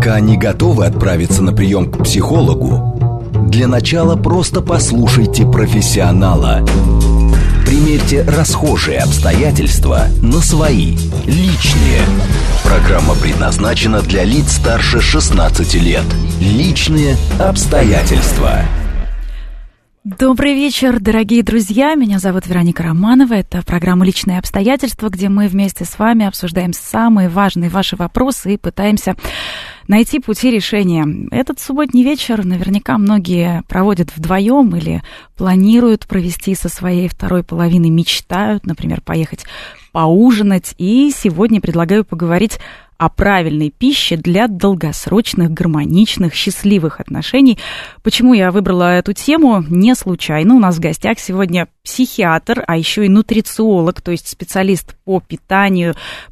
Пока не готовы отправиться на прием к психологу, для начала просто послушайте профессионала. Примерьте расхожие обстоятельства на свои, личные. Программа предназначена для лиц старше 16 лет. Личные обстоятельства. Добрый вечер, дорогие друзья. Меня зовут Вероника Романова. Это программа «Личные обстоятельства», где мы вместе с вами обсуждаем самые важные ваши вопросы и пытаемся найти пути решения. Этот субботний вечер наверняка многие проводят вдвоем или планируют провести со своей второй половиной, мечтают, например, поехать поужинать. И сегодня предлагаю поговорить о правильной пище для долгосрочных, гармоничных, счастливых отношений. Почему я выбрала эту тему? Не случайно. У нас в гостях сегодня психиатр, а еще и нутрициолог, то есть специалист по питанию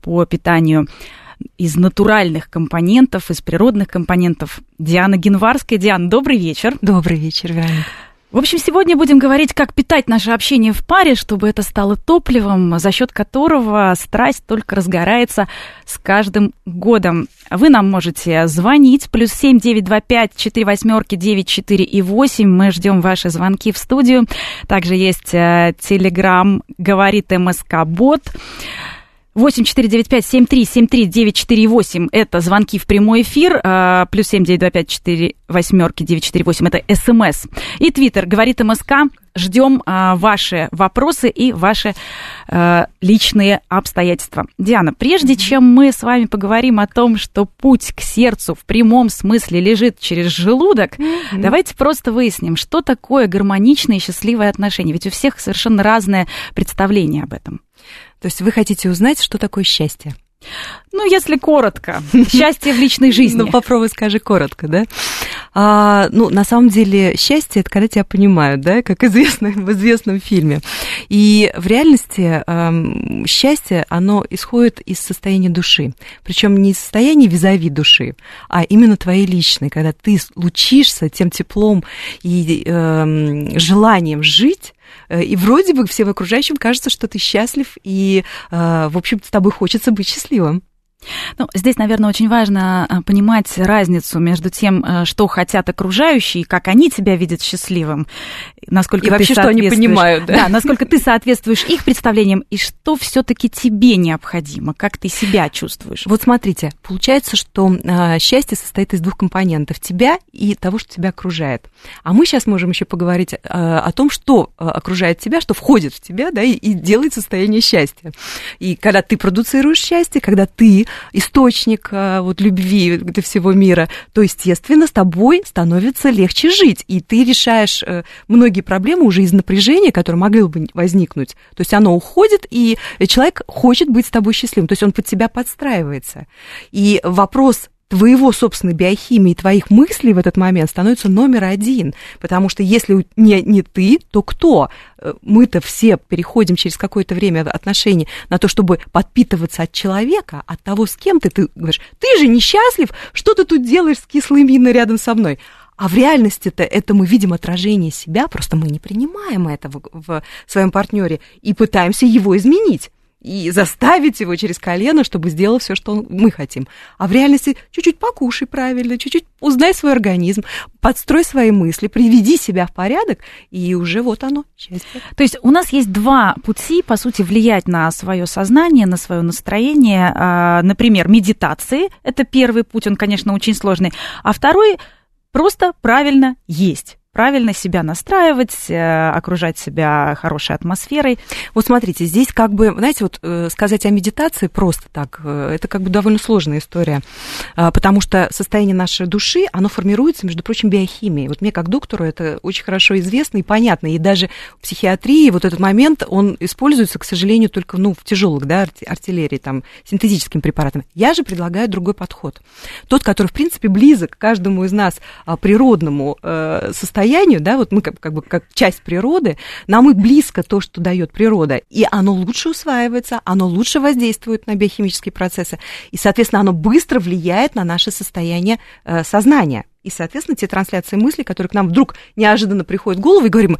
из натуральных компонентов, из природных компонентов. Диана Генварская. Диана, добрый вечер. Добрый вечер, Вероника. В общем, сегодня будем говорить, как питать наше общение в паре, чтобы это стало топливом, за счет которого страсть только разгорается с каждым годом. Вы нам можете звонить, +7 925 48 94 и 8. Мы ждем ваши звонки в студию. Также есть Telegram «Говорит МСК-бот». 8495-7373-948 – это звонки в прямой эфир, +7 925 48 948 – это СМС. И Твиттер «Говорит МСК». Ждем ваши вопросы и ваши личные обстоятельства. Диана, прежде чем мы с вами поговорим о том, что путь к сердцу в прямом смысле лежит через желудок, давайте просто выясним, что такое гармоничные и счастливые отношения. Ведь у всех совершенно разное представление об этом. То есть вы хотите узнать, что такое счастье? Ну, если коротко. Счастье в личной жизни. Ну, попробуй скажи коротко, да? На самом деле, счастье – это когда тебя понимают, да, как известно в известном фильме. И в реальности счастье, оно исходит из состояния души. Причем не из состояния визави души, а именно твоей личной, когда ты лучишься тем теплом и желанием жить, и вроде бы всем окружающим кажется, что ты счастлив, и, в общем, с тобой хочется быть счастливым. Ну, здесь, наверное, очень важно понимать разницу между тем, что хотят окружающие, как они тебя видят счастливым, насколько и ты вообще, что они понимают, да? Да, насколько ты соответствуешь их представлениям, и что все-таки тебе необходимо, как ты себя чувствуешь. Вот смотрите, получается, что счастье состоит из двух компонентов: тебя и того, что тебя окружает. А мы сейчас можем еще поговорить о том, что окружает тебя, что входит в тебя, да, и делает состояние счастья. И когда ты продуцируешь счастье, когда ты источник вот любви для всего мира, то, естественно, с тобой становится легче жить, и ты решаешь многие проблемы уже из напряжения, которое могло бы возникнуть. То есть оно уходит, и человек хочет быть с тобой счастливым, то есть он под тебя подстраивается. И вопрос твоего собственной биохимии, твоих мыслей в этот момент становится номер один, потому что если не ты, то кто? Мы-то все переходим через какое-то время отношений на то, чтобы подпитываться от человека, от того, с кем ты говоришь, ты же несчастлив, что ты тут делаешь с кислой миной рядом со мной? А в реальности-то это мы видим отражение себя, просто мы не принимаем этого в своем партнере и пытаемся его изменить. И заставить его через колено, чтобы сделал все, что мы хотим. А в реальности чуть-чуть покушай правильно, чуть-чуть узнай свой организм, подстрой свои мысли, приведи себя в порядок, и уже вот оно, счастье. То есть у нас есть два пути, по сути, влиять на свое сознание, на свое настроение. Например, медитации. Это первый путь, он, конечно, очень сложный. А второй – просто правильно есть. Правильно себя настраивать, окружать себя хорошей атмосферой. Вот смотрите, здесь как бы, знаете, вот сказать о медитации просто так, это как бы довольно сложная история, потому что состояние нашей души, оно формируется, между прочим, биохимией. Вот мне как доктору это очень хорошо известно и понятно, и даже в психиатрии вот этот момент, он используется, к сожалению, только в тяжелых, да, артиллерии, там, синтетическими препаратами. Я же предлагаю другой подход. Тот, который, в принципе, близок к каждому из нас природному состоянию, да, вот мы как часть природы, нам и близко то, что дает природа, и оно лучше усваивается, оно лучше воздействует на биохимические процессы, и, соответственно, оно быстро влияет на наше состояние сознания. И, соответственно, те трансляции мыслей, которые к нам вдруг неожиданно приходят в голову, и говорим,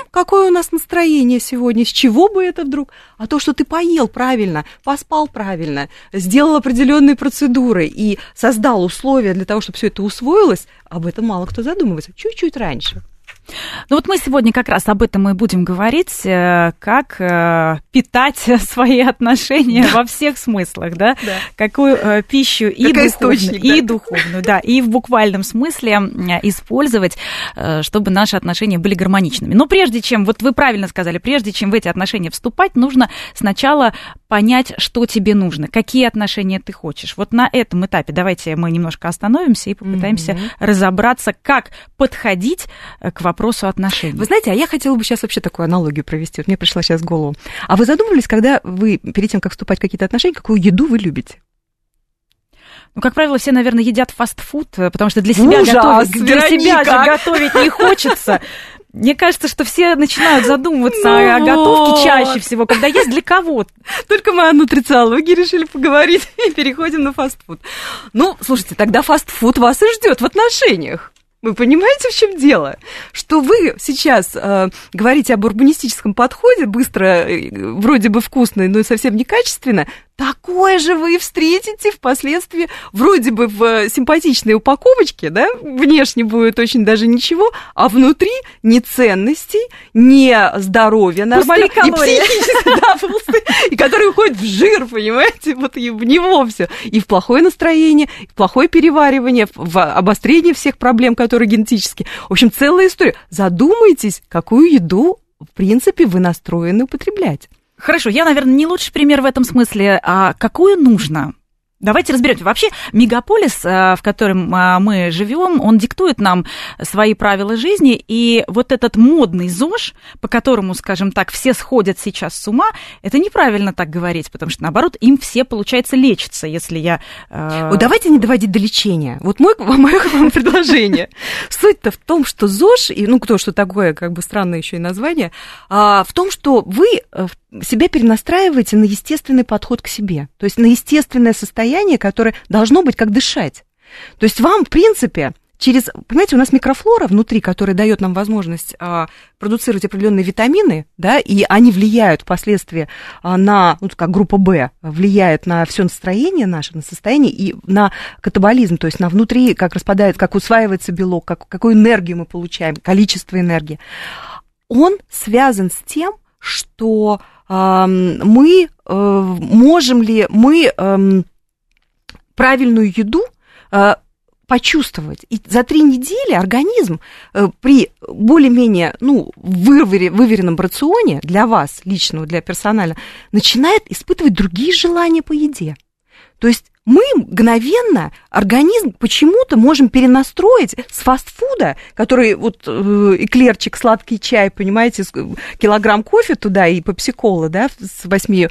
какое у нас настроение сегодня, с чего бы это вдруг? А то, что ты поел правильно, поспал правильно, сделал определенные процедуры и создал условия для того, чтобы все это усвоилось, об этом мало кто задумывается. Чуть-чуть раньше. Ну вот мы сегодня как раз об этом и будем говорить, как питать свои отношения во всех смыслах, да? Какую пищу и духовную, да, и в буквальном смысле использовать, чтобы наши отношения были гармоничными. Но прежде чем, вот вы правильно сказали, прежде чем в эти отношения вступать, нужно сначала понять, что тебе нужно, какие отношения ты хочешь. Вот на этом этапе давайте мы немножко остановимся и попытаемся разобраться, как подходить к вопросу отношений. Вы знаете, а я хотела бы сейчас вообще такую аналогию провести. Вот мне пришла сейчас в голову. А вы задумывались, когда вы, перед тем, как вступать в какие-то отношения, какую еду вы любите? Ну, как правило, все, наверное, едят фастфуд, потому что для себя готовить не хочется. Мне кажется, что все начинают задумываться о готовке чаще всего, когда есть для кого. Только мы о нутрициологии решили поговорить и переходим на фастфуд. Ну, слушайте, тогда фастфуд вас и ждет в отношениях. Вы понимаете, в чем дело? Что вы сейчас говорите об урбанистическом подходе, быстро, вроде бы вкусно, но совсем некачественно. Такое же вы встретите впоследствии вроде бы в симпатичной упаковочке, да, внешне будет очень даже ничего, а внутри ни ценностей, ни здоровья нормального, и психически, да, пустые, и которые уходят в жир, понимаете, вот и в него все, и в плохое настроение, и в плохое переваривание, в обострение всех проблем, которые генетические. В общем, целая история. Задумайтесь, какую еду, в принципе, вы настроены употреблять. Хорошо, я, наверное, не лучший пример в этом смысле. А какую нужно? Давайте разберемся. Вообще, мегаполис, в котором мы живем, он диктует нам свои правила жизни, и вот этот модный ЗОЖ, по которому, скажем так, все сходят сейчас с ума, это неправильно так говорить, потому что, наоборот, им все, получается, лечатся, если я... Вот давайте не доводить до лечения. Вот мое к вам предложение. Суть-то в том, что ЗОЖ, и, ну, кто что такое, как бы странное еще и название, в том, что вы себя перенастраиваете на естественный подход к себе, то есть на естественное состояние, которое должно быть как дышать. То есть вам, в принципе, понимаете, у нас микрофлора внутри, которая дает нам возможность продуцировать определенные витамины, да, и они влияют впоследствии на, ну, как группа В, влияют на все настроение наше, на состояние и на катаболизм, то есть на внутри, как распадается, как усваивается белок, какую энергию мы получаем, количество энергии. Он связан с тем, что мы можем ли мы правильную еду почувствовать. И за 3 недели организм при более-менее, ну, выверенном рационе для вас, личного, для персонального, начинает испытывать другие желания по еде. То есть мы мгновенно организм почему-то можем перенастроить с фастфуда, который вот эклерчик, сладкий чай, понимаете, килограмм кофе туда и пепси-кола, да, с 8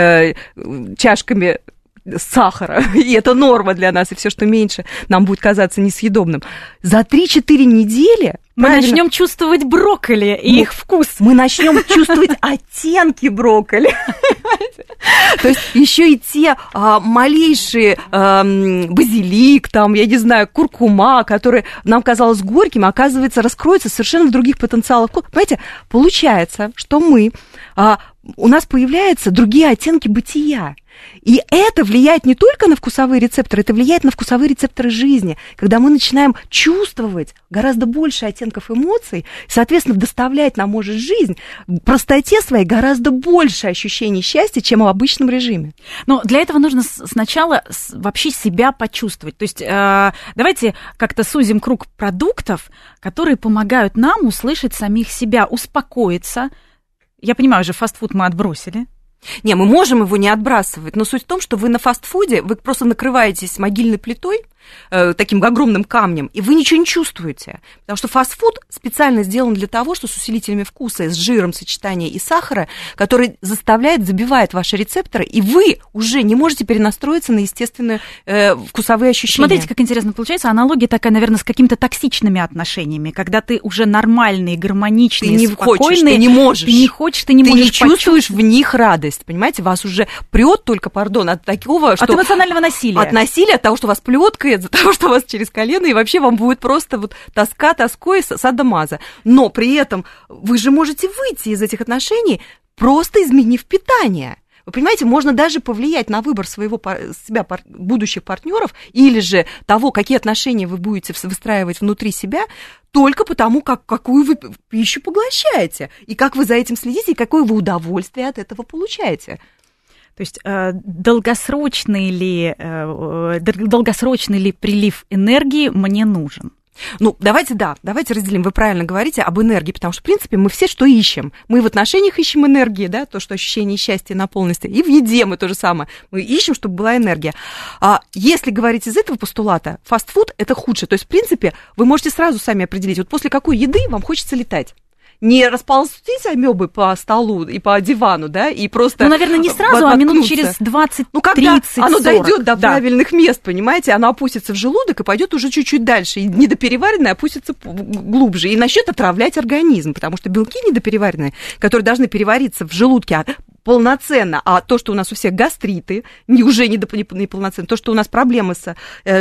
чашками сахара, и это норма для нас, и все, что меньше, нам будет казаться несъедобным. За 3-4 недели мы начнем чувствовать брокколи и их вкус. Мы начнем чувствовать оттенки брокколи. То есть еще и те малейшие базилик, там, я не знаю, куркума, которые нам казалось горьким, оказывается, раскроются совершенно в других потенциалах. Понимаете, получается, что у нас появляются другие оттенки бытия. И это влияет не только на вкусовые рецепторы, это влияет на вкусовые рецепторы жизни, когда мы начинаем чувствовать гораздо больше оттенков эмоций, соответственно, доставлять нам может жизнь в простоте своей гораздо больше ощущений счастья, чем в обычном режиме. Но для этого нужно сначала вообще себя почувствовать. То есть давайте как-то сузим круг продуктов, которые помогают нам услышать самих себя, успокоиться. Я понимаю, уже фастфуд мы отбросили. Не, мы можем его не отбрасывать, но суть в том, что вы на фастфуде, вы просто накрываетесь могильной плитой, таким огромным камнем, и вы ничего не чувствуете. Потому что фастфуд специально сделан для того, что с усилителями вкуса, с жиром сочетания и сахара, который забивает ваши рецепторы, и вы уже не можете перенастроиться на естественные вкусовые ощущения. Смотрите, как интересно получается. Аналогия такая, наверное, с какими-то токсичными отношениями, когда ты уже нормальный, гармоничный, ты не спокойный. Хочешь, ты не можешь. Ты не хочешь, ты не можешь. Ты не чувствуешь в них радость, понимаете? Вас уже прет только, от такого, что... От эмоционального насилия. От насилия, от того, что вас плеткает, из-за того, что у вас через колено, и вообще вам будет просто вот тоской садомаза. Но при этом вы же можете выйти из этих отношений, просто изменив питание. Вы понимаете, можно даже повлиять на выбор себя будущих партнеров или же того, какие отношения вы будете выстраивать внутри себя, только потому, какую вы пищу поглощаете, и как вы за этим следите, и какое вы удовольствие от этого получаете. То есть долгосрочный ли прилив энергии мне нужен? Ну, давайте разделим, вы правильно говорите об энергии, потому что, в принципе, мы все что ищем? Мы в отношениях ищем энергии, да, то, что ощущение счастья и наполненности, и в еде мы то же самое. Мы ищем, чтобы была энергия. Если говорить из этого постулата, фастфуд – это худшее. То есть, в принципе, вы можете сразу сами определить, вот после какой еды вам хочется летать. Не расползтись амебы по столу и по дивану, да, и просто... Ну, наверное, не сразу, а минут через 20-30, ну, когда оно 40, дойдет до правильных мест, понимаете, оно опустится в желудок и пойдет уже чуть-чуть дальше. И недопереваренное опустится глубже. И начнет отравлять организм, потому что белки недопереваренные, которые должны перевариться в желудке полноценно, а то, что у нас у всех гастриты, уже не полноценно, то, что у нас проблемы с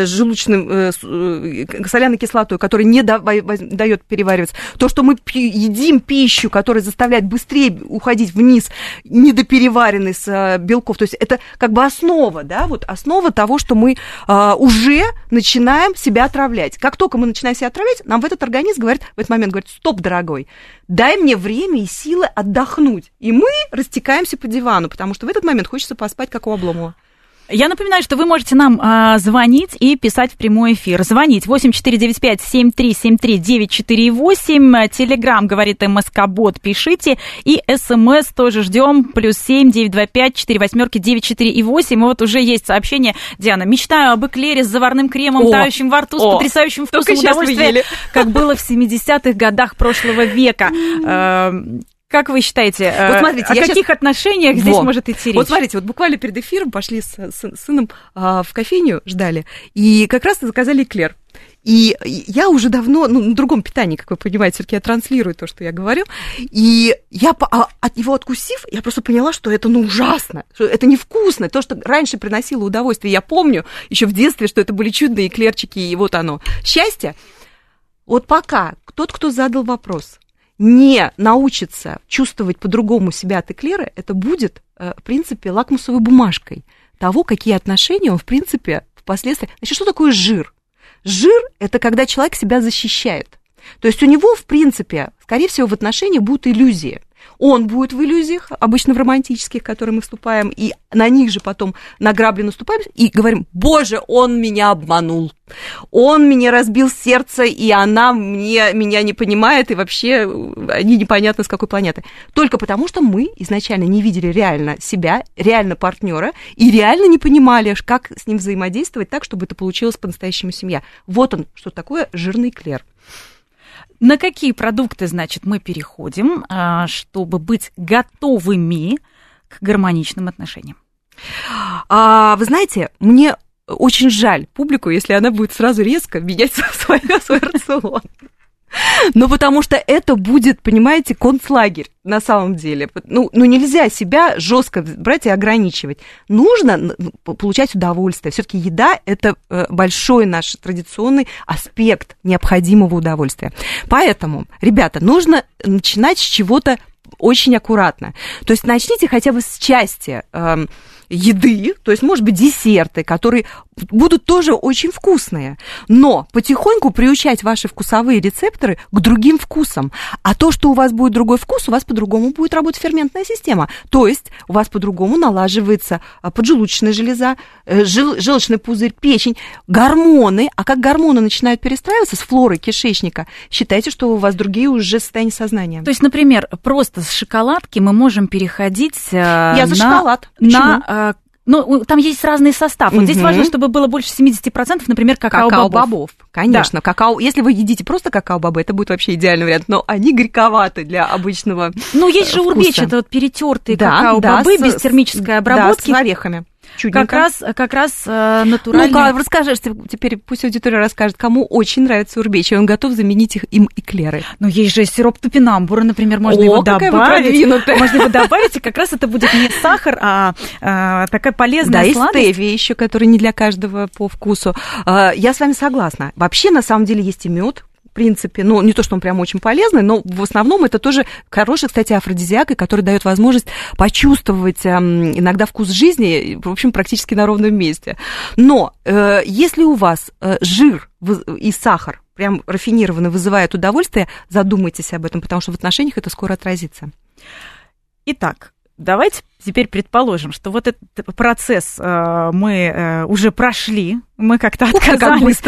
соляной кислотой, которая не дает перевариваться, то, что мы едим пищу, которая заставляет быстрее уходить вниз, недопереваренный с белков, то есть это как бы основа, да, вот основа того, что мы уже начинаем себя отравлять. Как только мы начинаем себя отравлять, нам в этот организм говорит, в этот момент говорит: стоп, дорогой, дай мне время и силы отдохнуть. И мы растекаемся по дивану, потому что в этот момент хочется поспать, как у Обломова. Я напоминаю, что вы можете нам звонить и писать в прямой эфир. Звонить 8495-7373-948. Телеграм, говорит МСК-бот, пишите. И СМС тоже ждем. +7 925 48 94 и 8. И вот уже есть сообщение. Диана: мечтаю об эклере с заварным кремом, тающим во рту, с потрясающим вкусом удовольствия, как было в 70-х годах прошлого века. Как вы считаете, вот смотрите, о каких отношениях здесь может идти речь? Вот смотрите, вот буквально перед эфиром пошли с сыном в кофейню, ждали, и как раз заказали эклер. И я уже давно, на другом питании, как вы понимаете, все-таки я транслирую то, что я говорю, и я от него откусив, я просто поняла, что это ужасно, что это невкусно, то, что раньше приносило удовольствие. Я помню еще в детстве, что это были чудные эклерчики, и вот оно, счастье. Вот пока тот, кто задал вопрос, не научится чувствовать по-другому себя от эклера, это будет, в принципе, лакмусовой бумажкой того, какие отношения он, в принципе, впоследствии... Значит, что такое жир? Жир – это когда человек себя защищает. То есть у него, в принципе, скорее всего, в отношениях будут иллюзии. Он будет в иллюзиях, обычно в романтических, в которые мы вступаем, и на них же потом на грабли наступаем, и говорим: боже, он меня обманул, он мне разбил сердце, и она меня не понимает, и вообще они непонятно с какой планеты. Только потому, что мы изначально не видели реально себя, реально партнера, и реально не понимали, как с ним взаимодействовать так, чтобы это получилось по-настоящему семья. Вот он, что такое жирный эклер. На какие продукты, значит, мы переходим, чтобы быть готовыми к гармоничным отношениям? Вы знаете, мне очень жаль публику, если она будет сразу резко менять свой рацион. Ну, потому что это будет, понимаете, концлагерь на самом деле. Ну, нельзя себя жестко брать и ограничивать. Нужно получать удовольствие. Все-таки еда – это большой наш традиционный аспект необходимого удовольствия. Поэтому, ребята, нужно начинать с чего-то очень аккуратно. То есть начните хотя бы с части еды, то есть, может быть, десерты, которые будут тоже очень вкусные, но потихоньку приучать ваши вкусовые рецепторы к другим вкусам. А то, что у вас будет другой вкус, у вас по-другому будет работать ферментная система. То есть у вас по-другому налаживается поджелудочная железа, желчный пузырь, печень, гормоны. А как гормоны начинают перестраиваться с флорой кишечника, считайте, что у вас другие уже состояния сознания. То есть, например, просто с шоколадки мы можем переходить Я за шоколад. Почему? Ну, там есть разный состав. Вот здесь важно, чтобы было больше 70%, например, какао-бобов. Конечно, да. Какао. Если вы едите просто какао-бобы, это будет вообще идеальный вариант, но они горьковаты для обычного Ну, есть же урбеч, это вот перетертые какао-бобы без термической обработки. Да, с орехами. Чудненько. Как раз натуральный... Ну-ка, расскажешь, теперь пусть аудитория расскажет, кому очень нравится урбеч, и он готов заменить им эклеры. Ну, есть же сироп топинамбура, например, можно его добавить. Можно его добавить, и как раз это будет не сахар, а такая полезная сладость. Да, и стевия еще, который не для каждого по вкусу. Я с вами согласна. Вообще, на самом деле, есть и мед. В принципе, ну, не то, что он прям очень полезный, но в основном это тоже хороший, кстати, афродизиак, который дает возможность почувствовать иногда вкус жизни, в общем, практически на ровном месте. Но если у вас жир и сахар прям рафинированно вызывают удовольствие, задумайтесь об этом, потому что в отношениях это скоро отразится. Итак, давайте теперь предположим, что вот этот процесс мы уже прошли, мы как-то отказались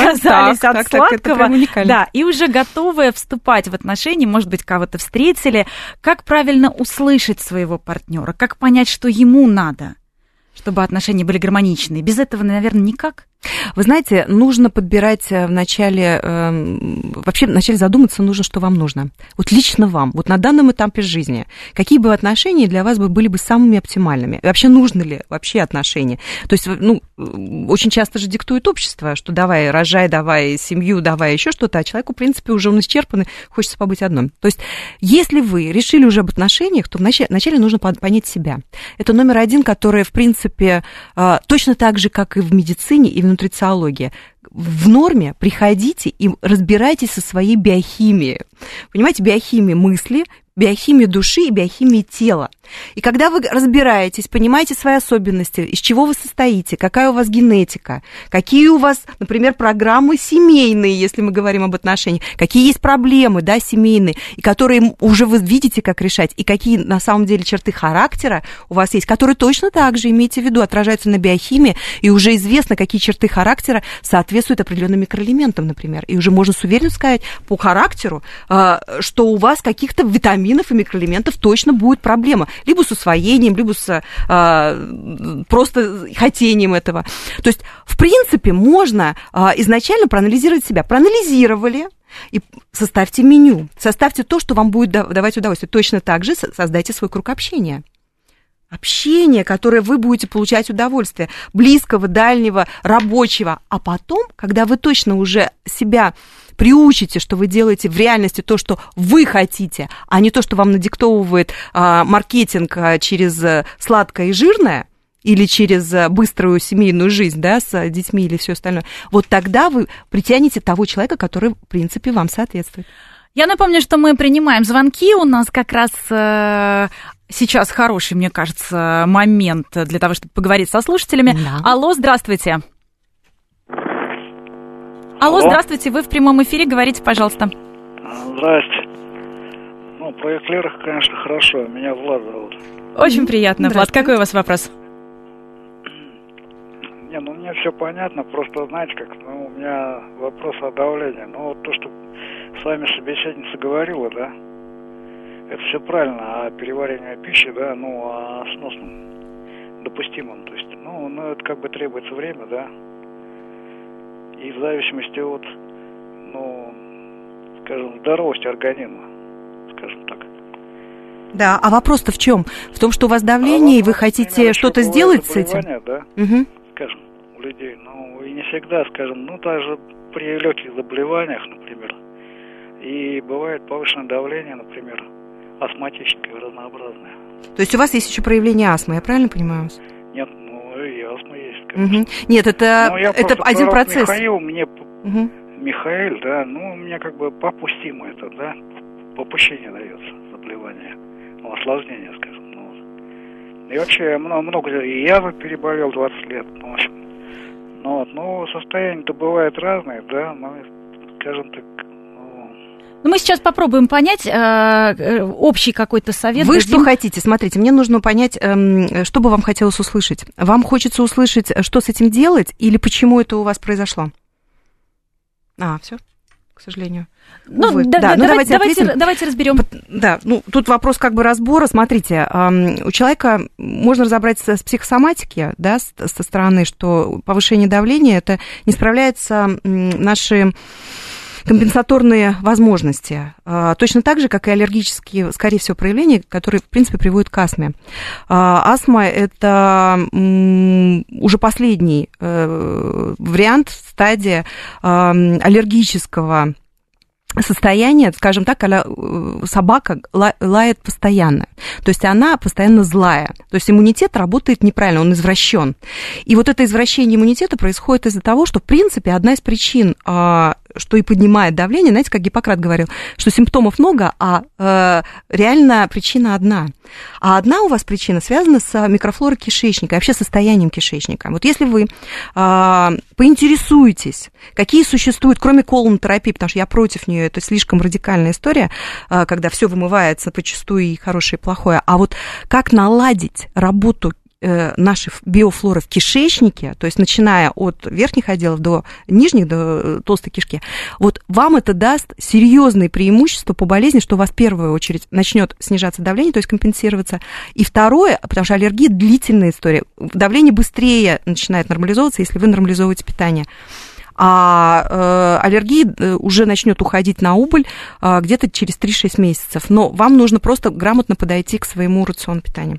от сладкого, да, и уже готовы вступать в отношения, может быть, кого-то встретили. Как правильно услышать своего партнера? Как понять, что ему надо, чтобы отношения были гармоничные? Без этого, наверное, никак. Вы знаете, нужно подбирать вначале, вообще вначале задуматься нужно, что вам нужно. Вот лично вам, вот на данном этапе жизни, какие бы отношения для вас были бы самыми оптимальными? Вообще нужны ли вообще отношения? То есть, ну, очень часто же диктует общество, что давай рожай, давай семью, давай еще что-то, а человеку, в принципе, уже он исчерпан, и хочется побыть одном. То есть, если вы решили уже об отношениях, то вначале нужно понять себя. Это номер один, который, в принципе, точно так же, как и в медицине, и в нутрициологии. В норме приходите и разбирайтесь со своей биохимией. Понимаете, биохимия мысли, биохимия души и биохимия тела. И когда вы разбираетесь, понимаете свои особенности, из чего вы состоите, какая у вас генетика, какие у вас, например, программы семейные, если мы говорим об отношениях, какие есть проблемы, да, семейные, и которые уже вы видите, как решать, и какие на самом деле черты характера у вас есть, которые точно так же, имейте в виду, отражаются на биохимии, и уже известно, какие черты характера соответствуют определенным микроэлементам, например. И уже можно с уверенностью сказать по характеру, что у вас каких-то витаминов и микроэлементов точно будет проблема. Либо с усвоением, либо с просто хотением этого. То есть, в принципе, можно изначально проанализировать себя. Проанализировали, и составьте меню. Составьте то, что вам будет давать удовольствие. Точно так же создайте свой круг общения. Общение, которое вы будете получать удовольствие. Близкого, дальнего, рабочего. А потом, когда вы точно уже себя приучите, что вы делаете в реальности то, что вы хотите, а не то, что вам надиктовывает маркетинг через сладкое и жирное, или через быструю семейную жизнь, да, с детьми или все остальное, вот тогда вы притянете того человека, который, в принципе, вам соответствует. Я напомню, что мы принимаем звонки. У нас как раз сейчас хороший, мне кажется, момент для того, чтобы поговорить со слушателями. Да. Алло, здравствуйте. Алло, здравствуйте, вы в прямом эфире, говорите, пожалуйста. Здрасте. Ну, про эклерах, конечно, хорошо. Меня Влад зовут. Очень приятно, Влад. Какой у вас вопрос? Не, ну мне все понятно, просто, знаете, как, ну, у меня вопрос о давлении. Ну, вот то, что с вами собеседница говорила, да, это все правильно, о переваривании пищи, да, ну, о сносном, допустимом, то есть, ну, это как бы требуется время, да, и в зависимости от, ну, скажем, здоровости организма, скажем так. Да, а вопрос-то в чем? В том, что у вас давление, и вы хотите что-то сделать с этим? Да, скажем, у людей, ну, и не всегда, скажем, ну, даже при легких заболеваниях, например, и бывает повышенное давление, например, астматическое, разнообразное. То есть у вас есть еще проявление астмы, я правильно понимаю? Нет, ну, и астма есть, конечно. Нет, это один процесс. Михаил, да, ну, мне как бы попустимо это, да, попущение дается заболевание, ну, осложнение, скажем. Ну, и вообще много, и я переболел 20 лет, ну, в общем, ну, состояния-то бывают разные, да, ну, скажем так. Ну, мы сейчас попробуем понять общий какой-то совет. Вы что хотите? Смотрите, мне нужно понять, что бы вам хотелось услышать. Вам хочется услышать, что с этим делать, или почему это у вас произошло? Все, к сожалению. Давайте разберем. Да, ну, тут вопрос как бы разбора. Смотрите, у человека можно разобраться с психосоматики, да, со стороны, что повышение давления, это не справляются наши компенсаторные возможности. Точно так же, как и аллергические, скорее всего, проявления, которые, в принципе, приводят к астме. Астма – это уже последний вариант, стадия аллергического состояние, скажем так, когда собака лает постоянно. То есть она постоянно злая. То есть иммунитет работает неправильно, он извращен. И вот это извращение иммунитета происходит из-за того, что, в принципе, одна из причин, что и поднимает давление, знаете, как Гиппократ говорил, что симптомов много, а реально причина одна. А одна у вас причина связана с микрофлорой кишечника, вообще состоянием кишечника. Вот если вы поинтересуетесь, какие существуют, кроме колонотерапии, потому что я против нее, это слишком радикальная история, когда все вымывается почастую и хорошее, и плохое, а вот как наладить работу нашей биофлоры в кишечнике, то есть начиная от верхних отделов до нижних, до толстой кишки, вот вам это даст серьезные преимущества по болезни, что у вас в первую очередь начнет снижаться давление, то есть компенсироваться, и второе, потому что аллергия длительная история, давление быстрее начинает нормализовываться, если вы нормализовываете питание. А аллергия уже начнет уходить на убыль где-то через 3-6 месяцев. Но вам нужно просто грамотно подойти к своему рациону питания.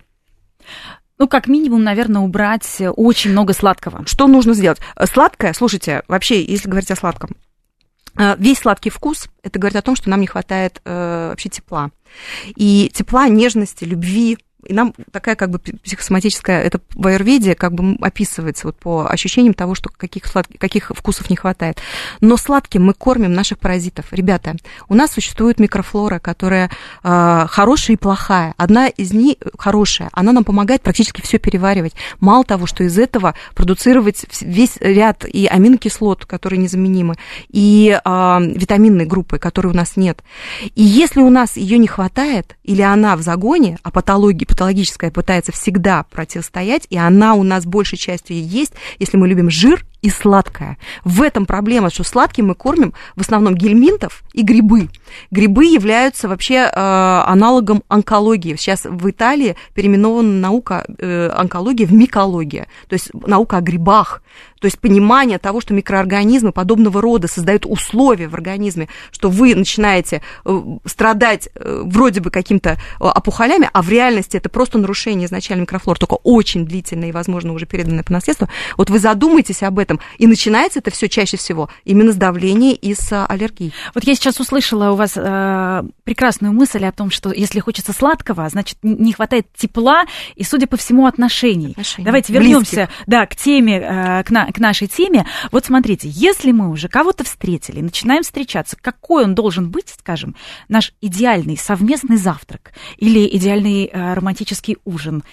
Ну, как минимум, наверное, убрать очень много сладкого. Что нужно сделать? Сладкое, слушайте, вообще, если говорить о сладком, весь сладкий вкус, это говорит о том, что нам не хватает вообще тепла. И тепла, нежности, любви. И нам такая как бы психосоматическая, это в аюрведе как бы описывается вот по ощущениям того, что каких вкусов не хватает. Но сладким мы кормим наших паразитов. Ребята, у нас существует микрофлора, которая хорошая и плохая. Одна из них хорошая, она нам помогает практически все переваривать. Мало того, что из этого продуцировать весь ряд и аминокислот, которые незаменимы, и витаминной группы, которой у нас нет. И если у нас ее не хватает, или она в загоне, а патологическая пытается всегда противостоять, и она у нас большей частью есть, если мы любим жир и сладкое. В этом проблема, что сладким мы кормим в основном гельминтов и грибы. Грибы являются вообще аналогом онкологии. Сейчас в Италии переименована наука онкологии в микология, то есть наука о грибах. То есть понимание того, что микроорганизмы подобного рода создают условия в организме, что вы начинаете страдать вроде бы какими-то опухолями, а в реальности это просто нарушение изначально микрофлоры, только очень длительное и, возможно, уже переданное по наследству. Вот вы задумаетесь об этом, и начинается это все чаще всего именно с давления и с аллергии. Вот я сейчас услышала у вас прекрасную мысль о том, что если хочется сладкого, значит, не хватает тепла и, судя по всему, отношений. Давайте вернемся к теме, к нашей теме. Вот смотрите, если мы уже кого-то встретили, начинаем встречаться, какой он должен быть, скажем, наш идеальный совместный завтрак или идеальный романтический ужин,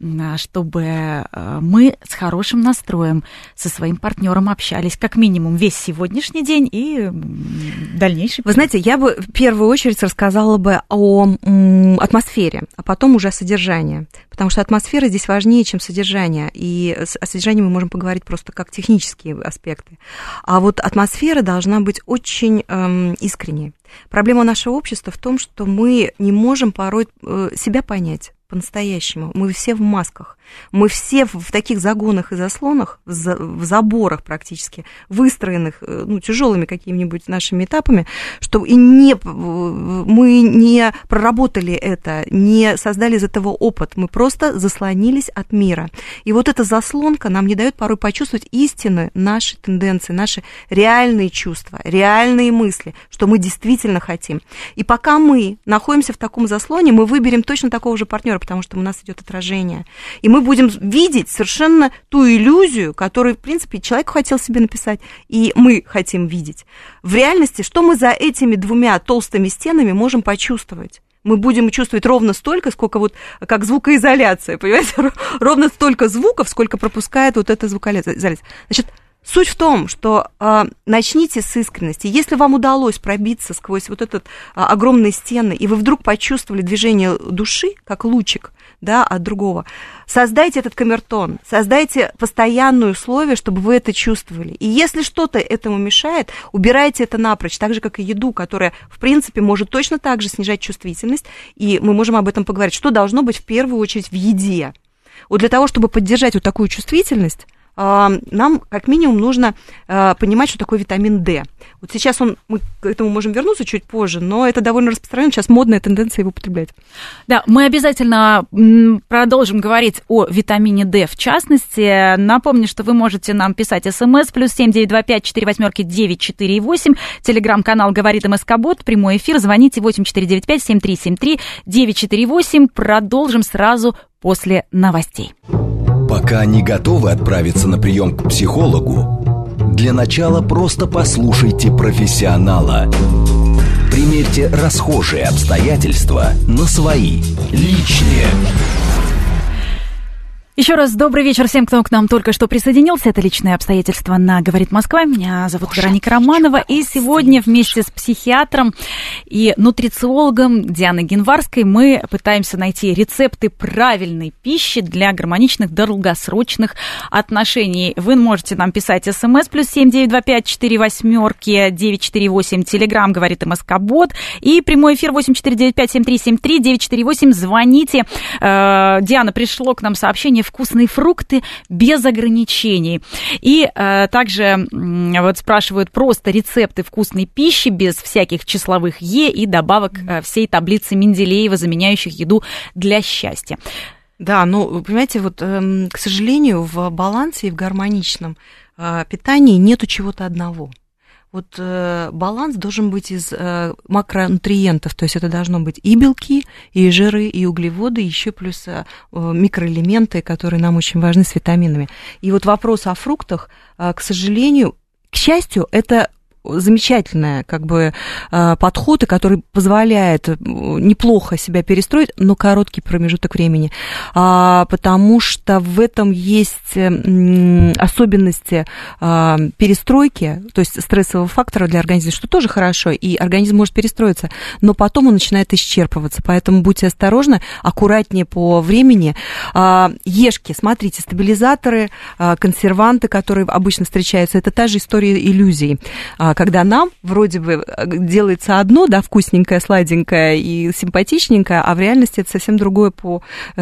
чтобы мы с хорошим настроем со своим партнером общались как минимум весь сегодняшний день и дальнейший. Вы знаете, я бы в первую очередь рассказала бы о атмосфере, а потом уже о содержании, потому что атмосфера здесь важнее, чем содержание, и о содержании мы можем поговорить просто как технические аспекты. А вот атмосфера должна быть очень искренней. Проблема нашего общества в том, что мы не можем порой себя понять по-настоящему. Мы все в масках. Мы все в таких загонах и заслонах, в заборах практически, выстроенных тяжелыми какими-нибудь нашими этапами, что мы не проработали это, не создали из этого опыт. Мы просто заслонились от мира. И вот эта заслонка нам не дает порой почувствовать истины, наши тенденции, наши реальные чувства, реальные мысли, что мы действительно хотим. И пока мы находимся в таком заслоне, мы выберем точно такого же партнера, потому что у нас идет отражение. И мы будем видеть совершенно ту иллюзию, которую, в принципе, человек хотел себе написать, и мы хотим видеть. В реальности, что мы за этими двумя толстыми стенами можем почувствовать? Мы будем чувствовать ровно столько, сколько вот, как звукоизоляция, понимаете? Ровно столько звуков, сколько пропускает вот эта звукоизоляция. Значит, суть в том, что начните с искренности. Если вам удалось пробиться сквозь вот этот огромные стены, и вы вдруг почувствовали движение души, как лучик, да, от другого, создайте этот камертон, создайте постоянные условия, чтобы вы это чувствовали. И если что-то этому мешает, убирайте это напрочь, так же, как и еду, которая, в принципе, может точно так же снижать чувствительность, и мы можем об этом поговорить. Что должно быть в первую очередь в еде? Вот для того, чтобы поддержать вот такую чувствительность, нам как минимум нужно понимать, что такое витамин D. Вот сейчас мы к этому можем вернуться чуть позже, но это довольно распространено, сейчас модная тенденция его употреблять. Да, мы обязательно продолжим говорить о витамине D в частности. Напомню, что вы можете нам писать СМС +7 925 48 948, телеграм-канал «Говорит МСК-бот», прямой эфир, звоните 8495 7373 948. Продолжим сразу после новостей. Пока не готовы отправиться на прием к психологу, для начала просто послушайте профессионала. Примерьте расхожие обстоятельства на свои, личные. Еще раз добрый вечер всем, кто к нам только что присоединился. Это «Личные обстоятельства» на «Говорит Москва». Меня зовут Вероника Романова. И сегодня вместе с психиатром и нутрициологом Дианой Генварской мы пытаемся найти рецепты правильной пищи для гармоничных долгосрочных отношений. Вы можете нам писать СМС +7 925 48 948, телеграм «Говорит МСК-бот» и прямой эфир 8495 7373 948. Звоните. Диана, пришло к нам сообщение: вкусные фрукты без ограничений. И также вот спрашивают просто рецепты вкусной пищи без всяких числовых «е» и добавок всей таблицы Менделеева, заменяющих еду для счастья. Да, ну, понимаете, вот, к сожалению, в балансе и в гармоничном питании нету чего-то одного. Вот баланс должен быть из макронутриентов, то есть это должно быть и белки, и жиры, и углеводы, еще плюс микроэлементы, которые нам очень важны, с витаминами. И вот вопрос о фруктах, к сожалению, к счастью, это замечательный подход, который позволяет неплохо себя перестроить, но короткий промежуток времени, потому что в этом есть особенности перестройки, то есть стрессового фактора для организма, что тоже хорошо, и организм может перестроиться, но потом он начинает исчерпываться, поэтому будьте осторожны, аккуратнее по времени. Ешки, смотрите, стабилизаторы, консерванты, которые обычно встречаются, это та же история иллюзий, когда нам вроде бы делается одно, да, вкусненькое, сладенькое и симпатичненькое, а в реальности это совсем другое по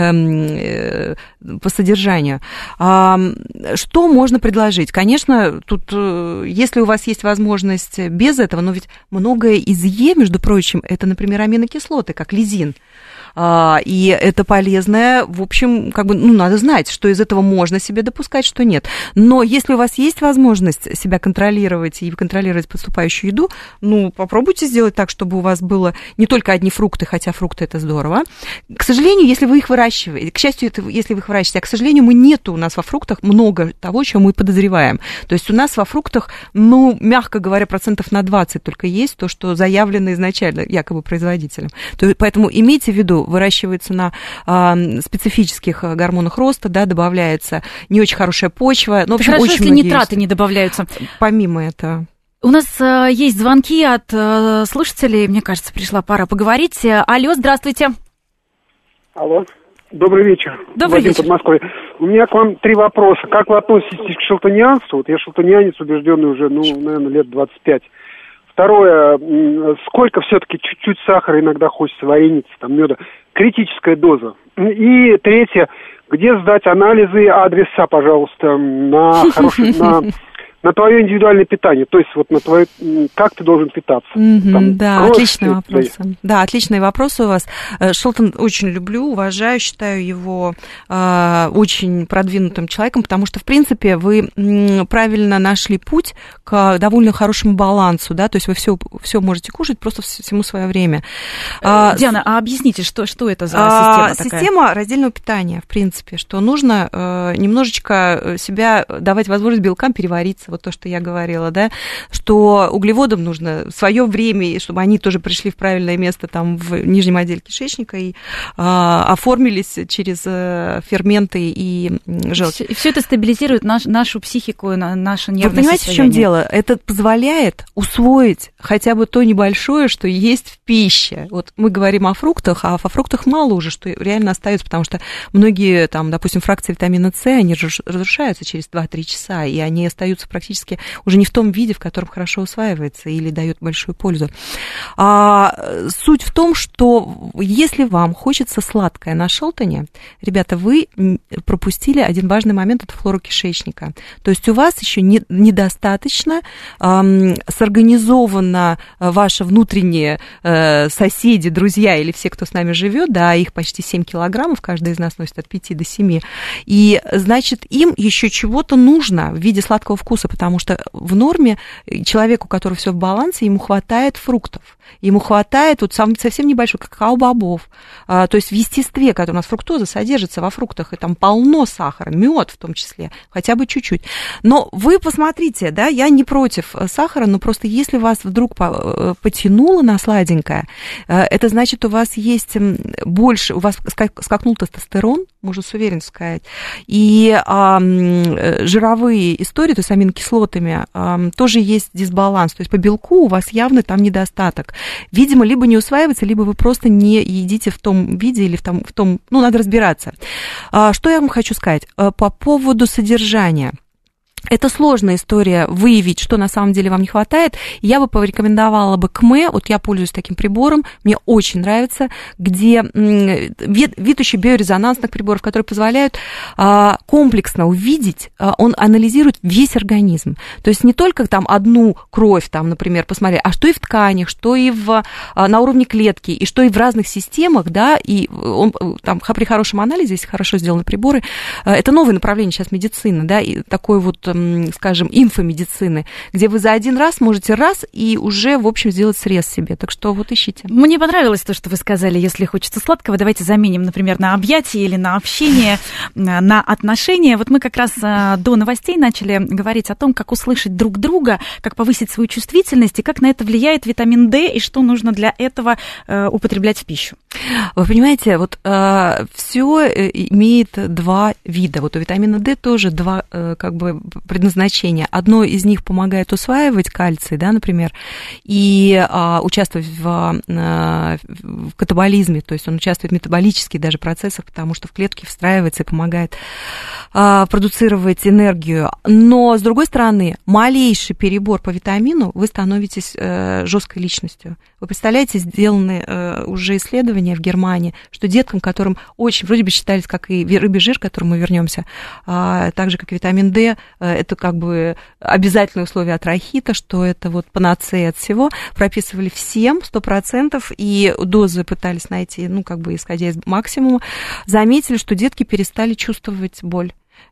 содержанию. Что можно предложить? Конечно, тут, если у вас есть возможность без этого, но ведь многое из Е, между прочим, это, например, аминокислоты, как лизин. И это полезное, в общем, надо знать, что из этого можно себе допускать, что нет. Но если у вас есть возможность себя контролировать и контролировать поступающую еду, попробуйте сделать так, чтобы у вас было не только одни фрукты, хотя фрукты это здорово. К сожалению, если вы их выращиваете, к счастью, если вы их выращиваете, а к сожалению, нету у нас во фруктах много того, чего мы подозреваем. То есть у нас во фруктах, мягко говоря, 20% только есть то, что заявлено изначально якобы производителем. Поэтому имейте в виду, выращивается на специфических гормонах роста, да, добавляется не очень хорошая почва. Ну, в общем, хорошо, очень если нитраты не добавляются. Помимо этого. У нас есть звонки от слушателей. Мне кажется, пришла пора поговорить. Алло, здравствуйте. Алло. Добрый вечер. Добрый вечер. Подмосковье. У меня к вам 3 вопроса. Как вы относитесь к шелтонианству? Вот я шелтонианец, убежденный уже, наверное, лет 25. Второе, сколько все-таки чуть-чуть сахара иногда хочется, вареницы, меда, критическая доза. И третье, где сдать анализы, адреса, пожалуйста, на твое индивидуальное питание, то есть вот на твое, как ты должен питаться. Да, отличный вопрос. Да, отличные вопросы у вас. Шелтон очень люблю, уважаю, считаю его очень продвинутым человеком, потому что, в принципе, вы правильно нашли путь к довольно хорошему балансу, да, то есть вы все можете кушать, просто всему свое время. Диана, а объясните, что это за система такая? Система раздельного питания, в принципе, что нужно немножечко себя давать возможность белкам перевариться, вот то, что я говорила, да, что углеводам нужно свое время, чтобы они тоже пришли в правильное место там в нижнем отделе кишечника и оформились через ферменты и желчь. И все это стабилизирует нашу психику, наше нервное состояние. Вы понимаете, в чем дело? Это позволяет усвоить хотя бы то небольшое, что есть в пище. Вот мы говорим о фруктах, а во фруктах мало уже, что реально остается, потому что многие, там, допустим, фракции витамина С, они разрушаются через 2-3 часа, и они остаются практически фактически уже не в том виде, в котором хорошо усваивается или дает большую пользу. Суть в том, что если вам хочется сладкое на Шелтоне, ребята, вы пропустили один важный момент, это флора кишечника. То есть у вас еще недостаточно сорганизовано ваши внутренние соседи, друзья или все, кто с нами живет, да, их почти 7 килограммов, каждый из нас носит от 5 до 7, и, значит, им еще чего-то нужно в виде сладкого вкуса, потому что в норме человеку, у которого все в балансе, ему хватает фруктов, ему хватает вот совсем небольшой какао-бобов, то есть в естестве, когда у нас фруктоза содержится во фруктах, и там полно сахара, мед в том числе, хотя бы чуть-чуть. Но вы посмотрите, да, я не против сахара, но просто если вас вдруг потянуло на сладенькое, это значит, у вас есть больше, у вас скакнул тестостерон, можно с уверенностью сказать, и жировые истории, то есть с аминокислотами, тоже есть дисбаланс, то есть по белку у вас явно там недостаток. Видимо, либо не усваивается, либо вы просто не едите в том виде или в том, ну, надо разбираться. Что я вам хочу сказать по поводу содержания. Это сложная история выявить, что на самом деле вам не хватает. Я бы порекомендовала бы КМЭ, вот я пользуюсь таким прибором, мне очень нравится, где вид еще биорезонансных приборов, которые позволяют комплексно увидеть, он анализирует весь организм. То есть не только там одну кровь, там, например, посмотреть, а что и в тканях, что и на уровне клетки, и что и в разных системах, да, и он там при хорошем анализе, если хорошо сделаны приборы, это новое направление сейчас медицины, да, и такой вот, скажем, инфомедицины, где вы за один раз можете и уже, в общем, сделать срез себе. Так что вот ищите. Мне понравилось то, что вы сказали, если хочется сладкого, давайте заменим, например, на объятие или на общение, на отношения. Вот мы как раз до новостей начали говорить о том, как услышать друг друга, как повысить свою чувствительность и как на это влияет витамин D и что нужно для этого употреблять в пищу. Вы понимаете, вот все имеет два вида. Вот у витамина D тоже два как бы предназначения. Одно из них помогает усваивать кальций, да, например, и участвовать в катаболизме, то есть он участвует в метаболических даже процессах, потому что в клетки встраивается и помогает продуцировать энергию. Но, с другой стороны, малейший перебор по витамину, вы становитесь жесткой личностью. Вы представляете, сделаны уже исследования в Германии, что деткам, которым очень, вроде бы считались, как и рыбий жир, к которому мы вернемся, так же, как и витамин D, это как бы обязательное условие от рахита, что это вот панацея от всего, прописывали всем 100%, и дозы пытались найти, ну, как бы исходя из максимума, заметили, что детки перестали чувствовать боль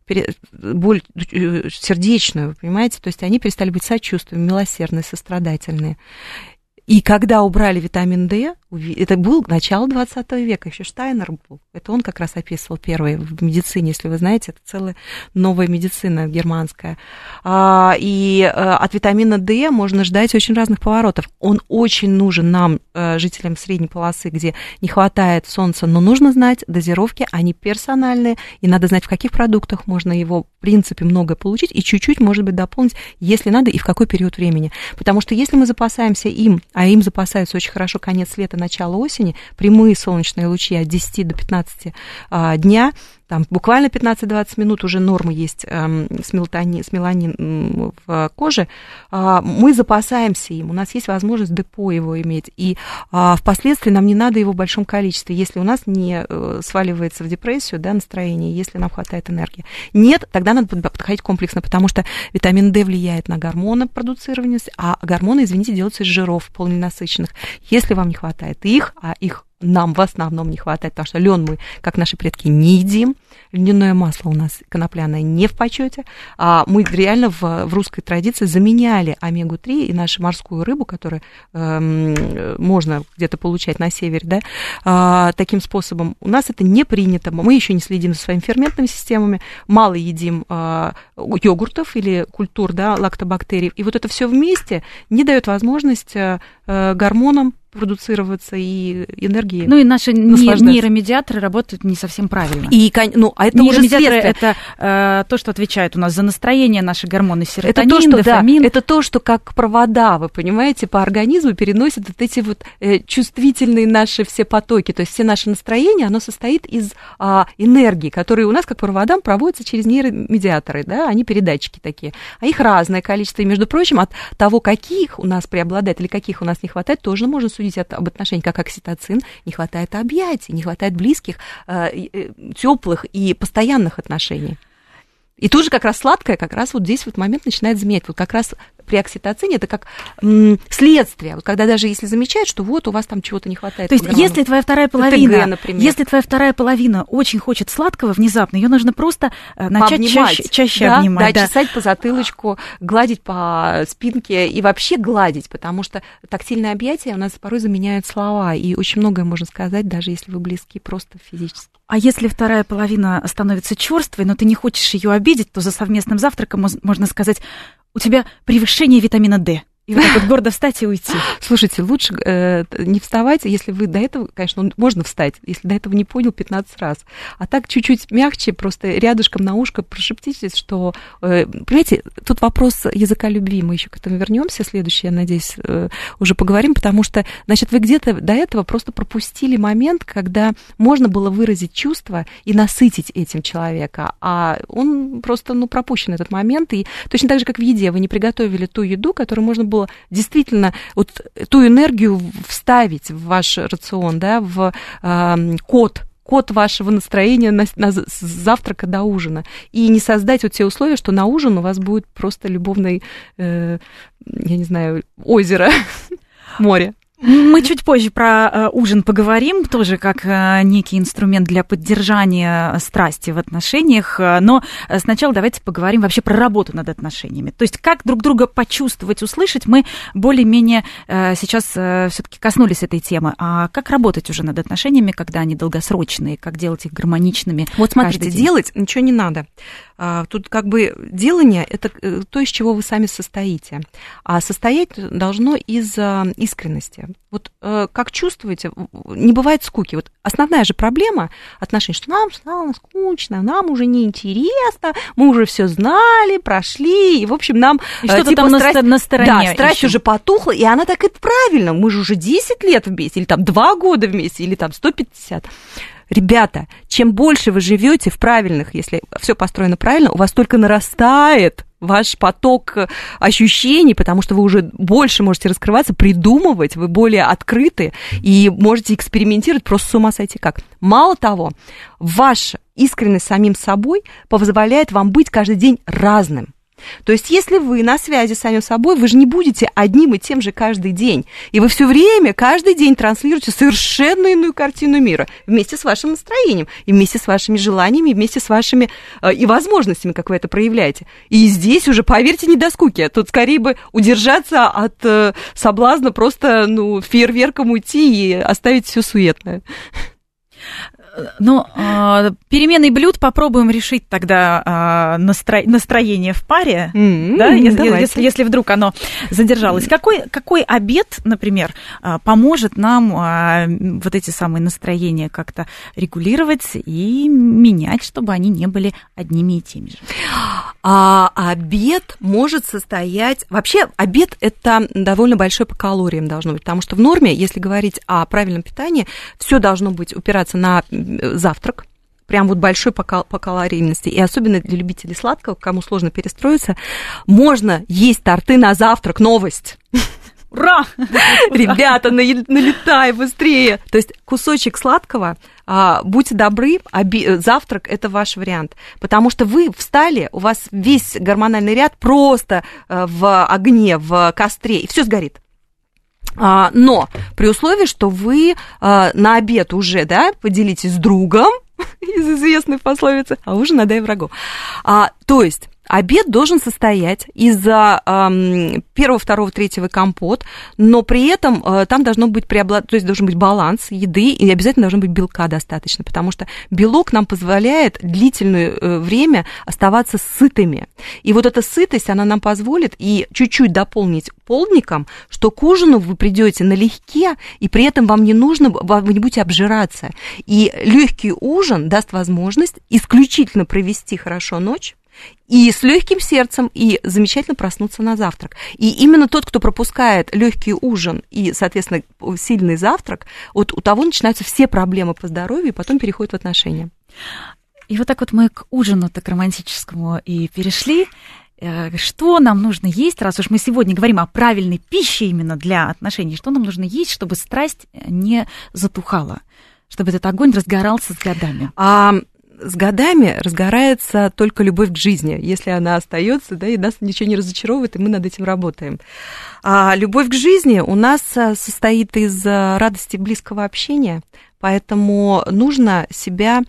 сердечную, понимаете, то есть они перестали быть сочувственными, милосердные, сострадательные. И когда убрали витамин D, это был начало 20 века, еще Штайнер был, это он как раз описывал первый в медицине, если вы знаете, это целая новая медицина германская. И от витамина D можно ждать очень разных поворотов. Он очень нужен нам, жителям средней полосы, где не хватает солнца, но нужно знать дозировки, они персональные, и надо знать, в каких продуктах можно его, в принципе, многое получить, и чуть-чуть, может быть, дополнить, если надо, и в какой период времени. Потому что если мы запасаемся им, а им запасаются очень хорошо конец лета, начало осени, прямые солнечные лучи от 10 до 15 дня, там буквально 15-20 минут уже нормы есть с меланин в коже, мы запасаемся им, у нас есть возможность депо его иметь, и впоследствии нам не надо его в большом количестве, если у нас не сваливается в депрессию, да, настроение, если нам хватает энергии. Нет, тогда надо подходить комплексно, потому что витамин D влияет на гормоны продуцирования, а гормоны, извините, делаются из жиров полненасыщенных. Если вам не хватает их, а их нам в основном не хватает, потому что лен мы, как наши предки, не едим. Льняное масло у нас конопляное не в почете. Мы реально в русской традиции заменяли омегу-3 и нашу морскую рыбу, которую можно где-то получать на севере, да, таким способом. У нас это не принято. Мы еще не следим за своими ферментными системами, мало едим йогуртов или культур, да, лактобактерий. И вот это все вместе не дает возможность гормонам продуцироваться и энергии. Ну и наши нейромедиаторы работают не совсем правильно. А это уже следствие. Это то, что отвечает у нас за настроение, наши гормоны серотонин, дофамин. Это то, что как провода, вы понимаете, по организму переносят вот эти вот чувствительные наши все потоки. То есть все наше настроение, оно состоит из энергии, которые у нас как проводам проводятся через нейромедиаторы, да, они передатчики такие. А их разное количество. И, между прочим, от того, каких у нас преобладает или каких у нас не хватает, тоже можно судить об отношениях, как окситоцин, не хватает объятий, не хватает близких, теплых и постоянных отношений. И тут же как раз сладкое, как раз вот здесь вот момент начинает заменять. Вот как раз при окситоцине это как следствие. Вот когда даже если замечают, что вот у вас там чего-то не хватает. То есть если твоя вторая половина очень хочет сладкого внезапно, ее нужно просто начать чаще обнимать. Да, чесать по затылочку, гладить по спинке и вообще гладить, потому что тактильное объятие у нас порой заменяют слова, и очень многое можно сказать, даже если вы близки просто физически. А если вторая половина становится чёрствой, но ты не хочешь ее обидеть, то за совместным завтраком можно сказать: у тебя превышение витамина D. И вот так вот гордо встать и уйти. Слушайте, лучше не вставать, если вы до этого, конечно, можно встать, если до этого не понял 15 раз. А так чуть-чуть мягче, просто рядышком на ушко прошептите, что, понимаете, тут вопрос языка любви. Мы еще к этому вернемся, следующий, я надеюсь, уже поговорим, потому что, значит, вы где-то до этого просто пропустили момент, когда можно было выразить чувства и насытить этим человека, а он просто, пропущен этот момент. И точно так же, как в еде, вы не приготовили ту еду, которую можно было действительно вот ту энергию вставить в ваш рацион, да, в код вашего настроения с завтрака до ужина. И не создать вот те условия, что на ужин у вас будет просто любовное, я не знаю, озеро, море. Мы чуть позже про ужин поговорим, тоже как некий инструмент для поддержания страсти в отношениях, но сначала давайте поговорим вообще про работу над отношениями. То есть как друг друга почувствовать, услышать, мы более-менее сейчас все-таки коснулись этой темы. А как работать уже над отношениями, когда они долгосрочные, как делать их гармоничными? Вот смотрите, делать ничего не надо. Тут как бы делание – это то, из чего вы сами состоите. А состоять должно из искренности. Вот как чувствуете, не бывает скуки. Вот основная же проблема отношений, что нам стало скучно, нам уже неинтересно, мы уже все знали, прошли, и, в общем, нам и что-то там на стороне. Да, страсть уже потухла, и она так и правильно. Мы же уже 10 лет вместе, или там 2 года вместе, или там 150. Ребята, чем больше вы живете в правильных, если все построено правильно, у вас только нарастает ваш поток ощущений, потому что вы уже больше можете раскрываться, придумывать, вы более открыты и можете экспериментировать, просто с ума сойти как. Мало того, ваша искренность самим собой позволяет вам быть каждый день разным. То есть, если вы на связи с самим собой, вы же не будете одним и тем же каждый день. И вы все время, каждый день транслируете совершенно иную картину мира вместе с вашим настроением, и вместе с вашими желаниями, и вместе с вашими и возможностями, как вы это проявляете. И здесь уже, поверьте, не до скуки. Тут скорее бы удержаться от соблазна просто фейерверком уйти и оставить все суетное. Но переменой блюд попробуем решить тогда настроение в паре, да, если вдруг оно задержалось. Какой обед, например, поможет нам вот эти самые настроения как-то регулировать и менять, чтобы они не были одними и теми же? Обед может состоять... Вообще, обед – это довольно большой по калориям должно быть, потому что в норме, если говорить о правильном питании, все должно быть упираться на завтрак, прям вот большой по калорийности, и особенно для любителей сладкого, кому сложно перестроиться, можно есть торты на завтрак, новость. Ура! Ребята, налетай быстрее! То есть кусочек сладкого, будьте добры, завтрак – это ваш вариант, потому что вы встали, у вас весь гормональный ряд просто в огне, в костре, и все сгорит. Но при условии, что вы на обед уже, да, поделитесь с другом, из известной пословицы, а ужин надай врагу. То есть Обед должен состоять из первого, второго, третьего компот, но при этом там должно быть то есть должен быть баланс еды, и обязательно должно быть белка достаточно, потому что белок нам позволяет длительное время оставаться сытыми. И вот эта сытость, она нам позволит и чуть-чуть дополнить полдником, что к ужину вы придете налегке, и при этом вам не нужно, вы не будете обжираться. И легкий ужин даст возможность исключительно провести хорошо ночь, и с легким сердцем, и замечательно проснуться на завтрак. И именно тот, кто пропускает легкий ужин и, соответственно, сильный завтрак, вот у того начинаются все проблемы по здоровью, и потом переходят в отношения. И вот так вот мы к ужину, так романтическому и перешли. Что нам нужно есть, раз уж мы сегодня говорим о правильной пище именно для отношений, что нам нужно есть, чтобы страсть не затухала, чтобы этот огонь разгорался с годами? С годами разгорается только любовь к жизни, если она остается, да, и нас ничего не разочаровывает, и мы над этим работаем. А любовь к жизни у нас состоит из радости близкого общения, поэтому нужно себя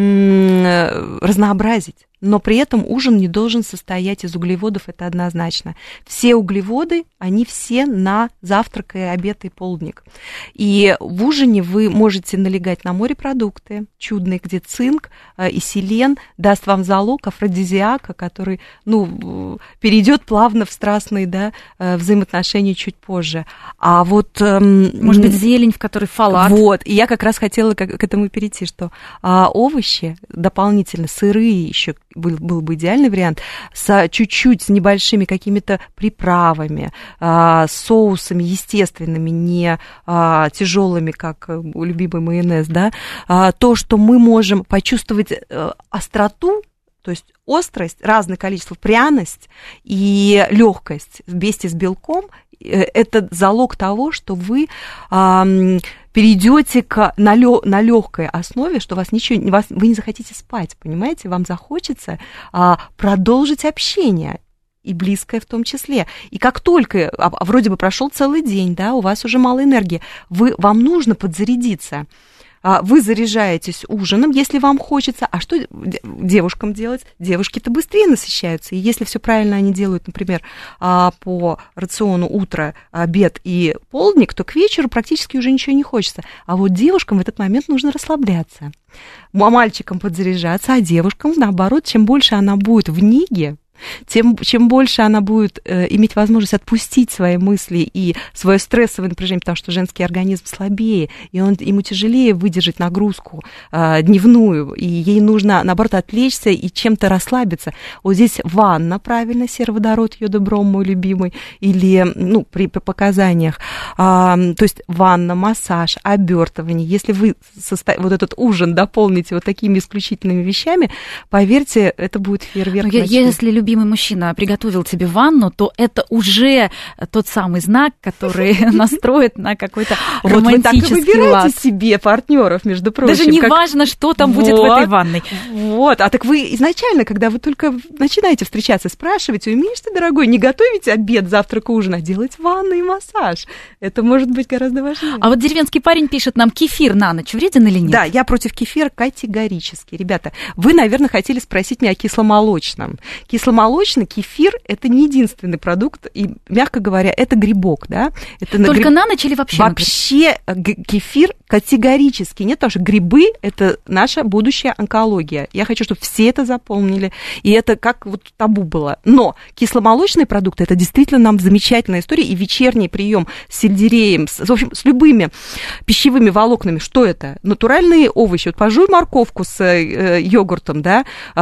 разнообразить. Но при этом ужин не должен состоять из углеводов, это однозначно. Все углеводы, они все на завтрак и обед и полдник. И в ужине вы можете налегать на морепродукты чудные, где цинк и селен даст вам залог афродизиака, который, перейдет плавно в страстные, да, взаимоотношения чуть позже. А вот... Может быть, зелень, в которой фалат. Вот, и я как раз хотела к этому перейти, что овощи дополнительно, сырые еще, был бы идеальный вариант, с чуть-чуть, с небольшими какими-то приправами, соусами естественными, не тяжелыми, как любимый майонез, да, то, что мы можем почувствовать остроту, то есть острость, разное количество, пряность и легкость вместе с белком, это залог того, что вы перейдете на легкой основе, что вы не захотите спать, понимаете, вам захочется продолжить общение, и близкое в том числе. И как только, вроде бы прошел целый день, да, у вас уже мало энергии, вам нужно подзарядиться. Вы заряжаетесь ужином, если вам хочется. А что девушкам делать? Девушки-то быстрее насыщаются. И если все правильно они делают, например, по рациону утро, обед и полдник, то к вечеру практически уже ничего не хочется. А вот девушкам в этот момент нужно расслабляться. А мальчикам подзаряжаться, а девушкам, наоборот, чем больше она будет в неге, чем больше она будет иметь возможность отпустить свои мысли и свое стрессовое напряжение, потому что женский организм слабее, и ему тяжелее выдержать нагрузку дневную, и ей нужно, наоборот, отвлечься и чем-то расслабиться. Вот здесь ванна, правильно, сероводород, йодобром, мой любимый, или, при показаниях, то есть ванна, массаж, обертывание. Если вы вот этот ужин дополните вот такими исключительными вещами, поверьте, это будет фейерверк. Если любимый мужчина приготовил тебе ванну, то это уже тот самый знак, который настроит на какой-то романтический лад. Вот вы так и выбираете себе партнеров, между прочим. Даже не важно, что там будет в этой ванной. Вот, так вы изначально, когда вы только начинаете встречаться, спрашиваете, умеешь ты, дорогой, не готовить обед, завтрак, ужин, а делать ванну и массаж. Это может быть гораздо важнее. А вот деревенский парень пишет нам, кефир на ночь вреден или нет? Да, я против кефира категорически. Ребята, вы, наверное, хотели спросить меня о кисломолочном. Кисломолочный кефир – это не единственный продукт, и, мягко говоря, это грибок, да? Это только на ночь или вообще? Вообще кефир категорически нет, потому что грибы – это наша будущая онкология. Я хочу, чтобы все это запомнили, и это как вот табу было. Но кисломолочные продукты – это действительно нам замечательная история, и вечерний прием с сельдереем, в общем, с любыми пищевыми волокнами. Что это? Натуральные овощи. Вот пожуй морковку с йогуртом, да,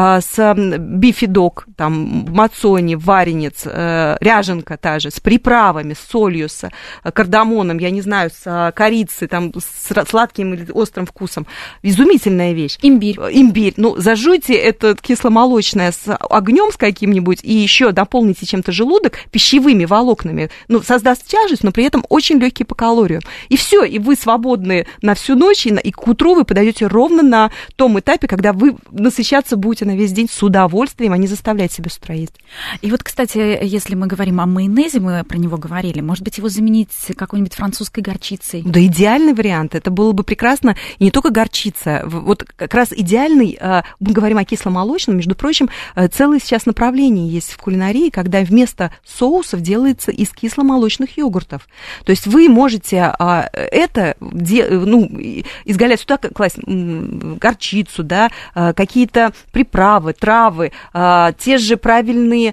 с бифидок, там, мацони, варенец, ряженка та же, с приправами, с солью, с кардамоном, я не знаю, с корицей, там, с сладким или острым вкусом. Изумительная вещь. Имбирь. Зажуйте это кисломолочное с огнем с каким-нибудь и еще дополните чем-то желудок пищевыми волокнами. Создаст тяжесть, но при этом очень легкий по калориям. И все, и вы свободны на всю ночь, и к утру вы подойдете ровно на том этапе, когда вы насыщаться будете на весь день с удовольствием, а не заставлять себя утра есть. И вот, кстати, если мы говорим о майонезе, мы про него говорили, может быть, его заменить какой-нибудь французской горчицей? Да, идеальный вариант. Это было бы прекрасно. И не только горчица. Вот как раз идеальный, мы говорим о кисломолочном, между прочим, целое сейчас направление есть в кулинарии, когда вместо соусов делается из кисломолочных йогуртов. То есть вы можете это, изгалять сюда, класть горчицу, да, какие-то приправы, травы, те же правильные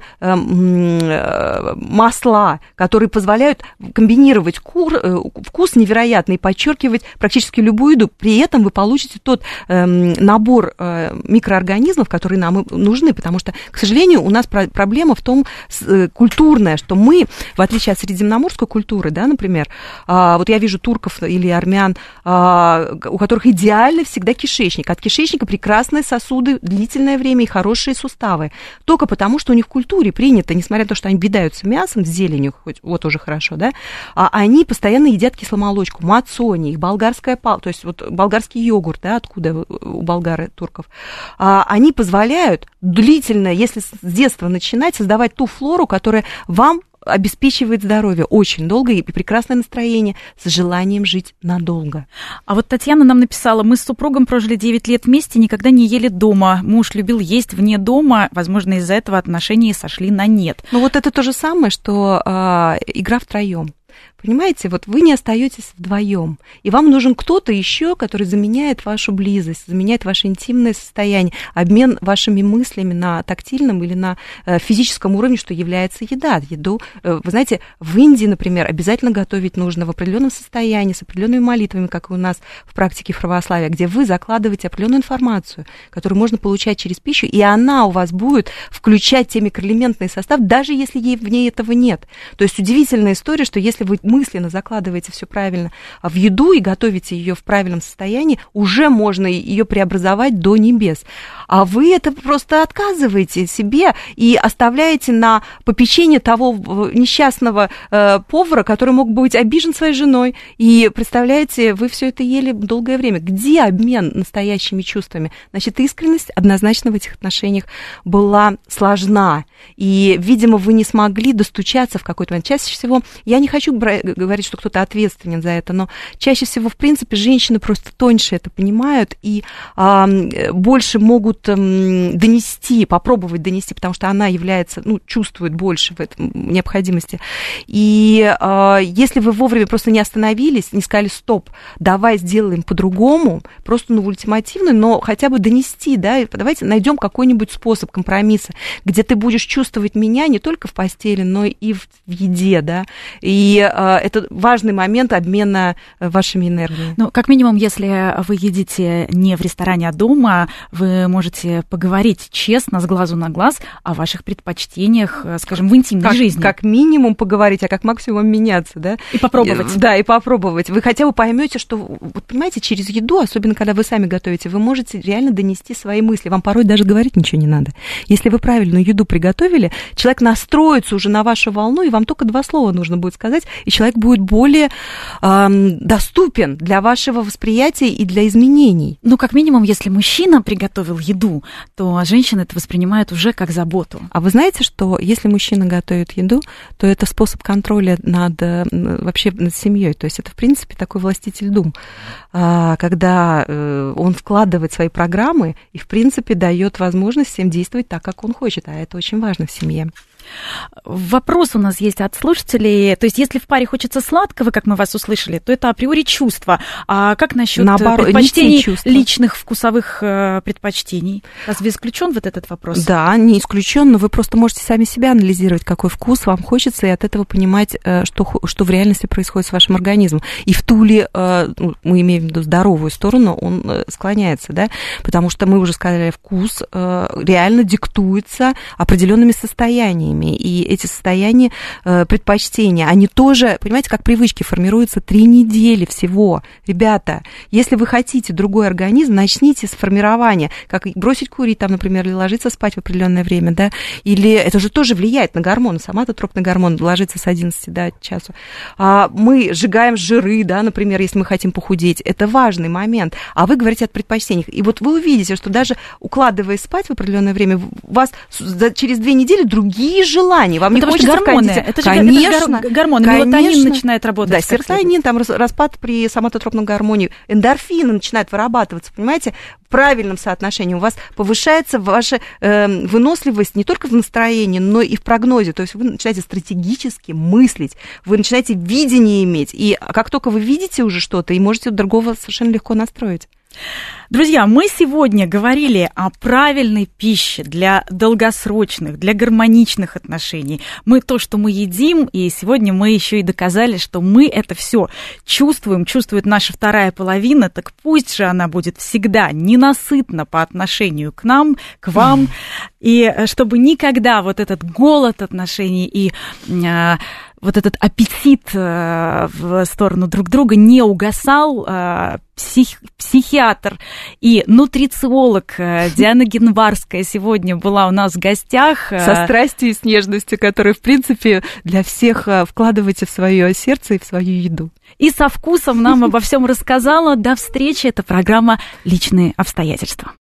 масла, которые позволяют комбинировать вкус невероятный, подчеркивать практически любую еду. При этом вы получите тот набор микроорганизмов, которые нам нужны, потому что, к сожалению, у нас проблема в том, культурная, что мы, в отличие от средиземноморской культуры, да, например, вот я вижу турков или армян, у которых идеально всегда кишечник. От кишечника прекрасные сосуды, длительное время и хорошие суставы. Только потому, что у них в культуре принято, несмотря на то, что они бедаются мясом, с зеленью, хоть вот уже хорошо, да, они постоянно едят кисломолочку, мацони, их болгарская то есть вот болгарский йогурт, да, откуда у болгар и турков, они позволяют длительно, если с детства начинать, создавать ту флору, которая вам обеспечивает здоровье очень долго и прекрасное настроение с желанием жить надолго. А вот Татьяна нам написала: мы с супругом прожили 9 лет вместе, никогда не ели дома. Муж любил есть вне дома, возможно, из-за этого отношения сошли на нет. Ну вот это то же самое, что игра втроем. Понимаете, вот вы не остаетесь вдвоем, и вам нужен кто-то еще, который заменяет вашу близость, заменяет ваше интимное состояние, обмен вашими мыслями на тактильном или на физическом уровне, что является еда. Еду, вы знаете, в Индии, например, обязательно готовить нужно в определенном состоянии, с определенными молитвами, как и у нас в практике православия, где вы закладываете определенную информацию, которую можно получать через пищу, и она у вас будет включать те микроэлементные составы, даже если в ней этого нет. То есть удивительная история, что если вы мысленно закладываете все правильно в еду и готовите ее в правильном состоянии, уже можно ее преобразовать до небес. А вы это просто отказываете себе и оставляете на попечение того несчастного повара, который мог быть обижен своей женой. И представляете, вы все это ели долгое время. Где обмен настоящими чувствами? Значит, искренность однозначно в этих отношениях была сложна. И, видимо, вы не смогли достучаться в какой-то момент. Чаще всего, я не хочу говорить, что кто-то ответственен за это, но чаще всего, в принципе, женщины просто тоньше это понимают и больше могут донести, попробовать донести, потому что она является, чувствует больше в этом необходимости. И если вы вовремя просто не остановились, не сказали: стоп, давай сделаем по-другому, просто ультимативно, но хотя бы донести, да, давайте найдем какой-нибудь способ компромисса, где ты будешь чувствовать меня не только в постели, но и в еде, да, и это важный момент обмена вашими энергиями. Ну, как минимум, если вы едите не в ресторане, а дома, вы можете поговорить честно, с глазу на глаз, о ваших предпочтениях, скажем, в интимной жизни. Как минимум поговорить, а как максимум меняться, да? И попробовать. Да, и попробовать. Вы хотя бы поймете, что, вот понимаете, через еду, особенно когда вы сами готовите, вы можете реально донести свои мысли. Вам порой даже говорить ничего не надо. Если вы правильную еду приготовили, человек настроится уже на вашу волну, и вам только 2 слова нужно будет сказать, и человек будет более доступен для вашего восприятия и для изменений. Ну, как минимум, если мужчина приготовил еду, то женщина это воспринимает уже как заботу. А вы знаете, что если мужчина готовит еду, то это способ контроля вообще над семьей. То есть это, в принципе, такой властитель дум, когда он вкладывает свои программы и, в принципе, дает возможность всем действовать так, как он хочет. А это очень важно в семье. Вопрос у нас есть от слушателей. То есть, если в паре хочется сладкого, как мы вас услышали, то это априори чувство. А как насчет предпочтений, личных вкусовых предпочтений? Разве исключен вот этот вопрос? Да, не исключен, но вы просто можете сами себя анализировать, какой вкус вам хочется, и от этого понимать, что в реальности происходит с вашим организмом. И в ту ли, мы имеем в виду здоровую сторону, он склоняется, да, потому что мы уже сказали, вкус реально диктуется определенными состояниями. состояниями. И эти состояния, предпочтения, они тоже, понимаете, как привычки формируются 3 недели всего. Ребята, если вы хотите другой организм, начните с формирования, как бросить курить, там, например, или ложиться спать в определенное время, да, или это же тоже влияет на гормоны, соматотропный гормон ложится с 11 до часу. Мы сжигаем жиры, да, например, если мы хотим похудеть, это важный момент, а вы говорите о предпочтениях, и вот вы увидите, что даже укладываясь спать в определенное время, у вас через 2 недели другие желания, вам потому не хочется гормоны, это же гормоны, мелатонин начинает работать. Да, серотонин, там распад при соматотропном гормоне, эндорфины начинают вырабатываться, понимаете, в правильном соотношении. У вас повышается ваша выносливость не только в настроении, но и в прогнозе. То есть вы начинаете стратегически мыслить, вы начинаете видение иметь. И как только вы видите уже что-то, и можете другого совершенно легко настроить. Друзья, мы сегодня говорили о правильной пище для долгосрочных, для гармоничных отношений. То, что мы едим, и сегодня мы еще и доказали, что мы это все чувствуем, чувствует наша вторая половина, так пусть же она будет всегда ненасытна по отношению к нам, к вам, и чтобы никогда вот этот голод отношений и вот этот аппетит в сторону друг друга не угасал. Психиатр и нутрициолог Диана Генварская сегодня была у нас в гостях. Со страстью и с нежностью, которую, в принципе, для всех вкладывайте в свое сердце и в свою еду. И со вкусом нам обо всем рассказала. До встречи. Это программа «Личные обстоятельства».